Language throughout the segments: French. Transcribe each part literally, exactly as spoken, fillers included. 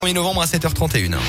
premier novembre à sept heures trente et une.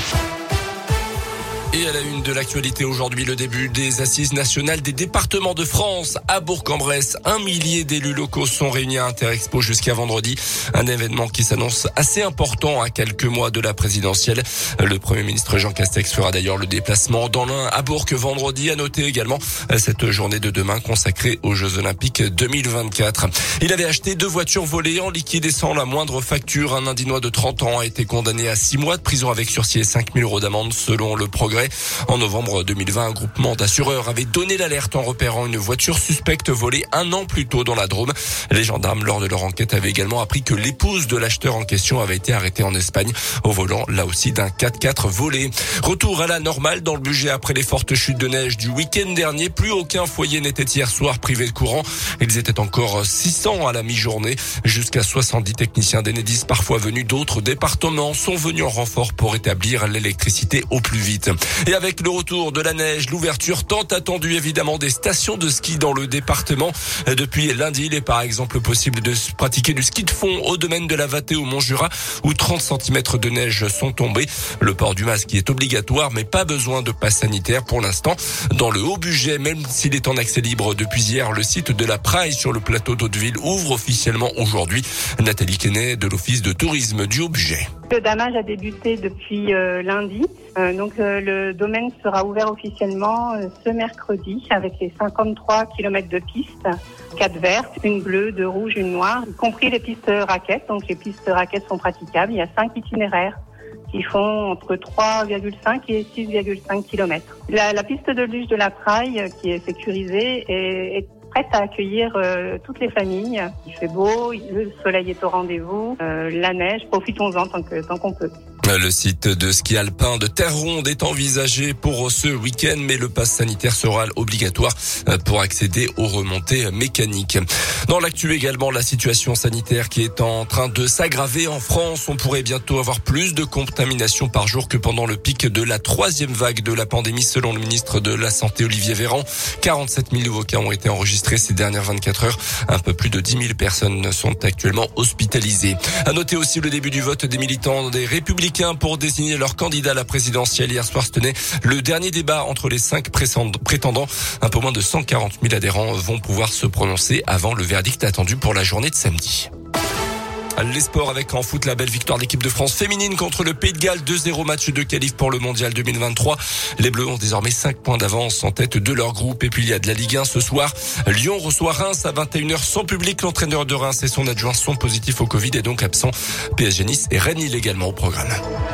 Et à la une de l'actualité aujourd'hui, le début des assises nationales des départements de France à Bourg-en-Bresse. Un millier d'élus locaux sont réunis à Interexpo jusqu'à vendredi. Un événement qui s'annonce assez important à quelques mois de la présidentielle. Le Premier ministre Jean Castex fera d'ailleurs le déplacement dans l'Ain à Bourg vendredi. À noter également cette journée de demain consacrée aux Jeux Olympiques deux mille vingt-quatre. Il avait acheté deux voitures volées en liquide et sans la moindre facture. Un Indinois de trente ans a été condamné à six mois de prison avec sursis et cinq mille euros d'amende selon Le Progrès. En novembre deux mille vingt, un groupement d'assureurs avait donné l'alerte en repérant une voiture suspecte volée un an plus tôt dans la Drôme. Les gendarmes, lors de leur enquête, avaient également appris que l'épouse de l'acheteur en question avait été arrêtée en Espagne au volant, là aussi, d'un quatre-quatre volé. Retour à la normale dans le budget après les fortes chutes de neige du week-end dernier. Plus aucun foyer n'était hier soir privé de courant. Ils étaient encore six cents à la mi-journée. Jusqu'à soixante-dix techniciens d'Enedis, parfois venus d'autres départements, sont venus en renfort pour établir l'électricité au plus vite. Et avec le retour de la neige, l'ouverture tant attendue évidemment des stations de ski dans le département. Depuis lundi, il est par exemple possible de pratiquer du ski de fond au domaine de la Vatée au Mont-Jura où trente centimètres de neige sont tombés. Le port du masque est obligatoire mais pas besoin de passe sanitaire pour l'instant. Dans le haut budget, même s'il est en accès libre depuis hier, le site de la Praille sur le plateau d'Hauteville ouvre officiellement aujourd'hui. Nathalie Quesnay de l'Office de tourisme du haut budget. Le damage a débuté depuis euh, lundi, euh, donc euh, le domaine sera ouvert officiellement euh, ce mercredi avec les cinquante-trois kilomètres de pistes, quatre vertes, une bleue, deux rouges, une noire, y compris les pistes raquettes. Donc les pistes raquettes sont praticables. Il y a cinq itinéraires qui font entre trois virgule cinq et six virgule cinq kilomètres. La, la piste de luge de la Praille, euh, qui est sécurisée, est, est prête à accueillir euh, toutes les familles. Il fait beau, le soleil est au rendez-vous, euh, la neige, profitons-en tant que tant qu'on peut. Le site de ski alpin de Terre-Ronde est envisagé pour ce week-end, mais le pass sanitaire sera obligatoire pour accéder aux remontées mécaniques. Dans l'actu également, la situation sanitaire qui est en train de s'aggraver en France. On pourrait bientôt avoir plus de contaminations par jour que pendant le pic de la troisième vague de la pandémie, selon le ministre de la Santé Olivier Véran. quarante-sept mille nouveaux cas ont été enregistrés ces dernières vingt-quatre heures. Un peu plus de dix mille personnes sont actuellement hospitalisées. À noter aussi le début du vote des militants des Républicains pour désigner leur candidat à la présidentielle. Hier soir se tenait le dernier débat entre les cinq prétendants. Un peu moins de cent quarante mille adhérents vont pouvoir se prononcer avant le verdict attendu pour la journée de samedi. Les sports avec en foot la belle victoire de l'équipe de France féminine contre le Pays de Galles, deux zéro match de qualif pour le mondial deux mille vingt-trois. Les Bleus ont désormais cinq points d'avance en tête de leur groupe. Et puis il y a de la Ligue un ce soir. Lyon reçoit Reims à vingt et une heures sans public. L'entraîneur de Reims et son adjoint sont positifs au Covid et donc absents. P S G Nice et Rennes également au programme.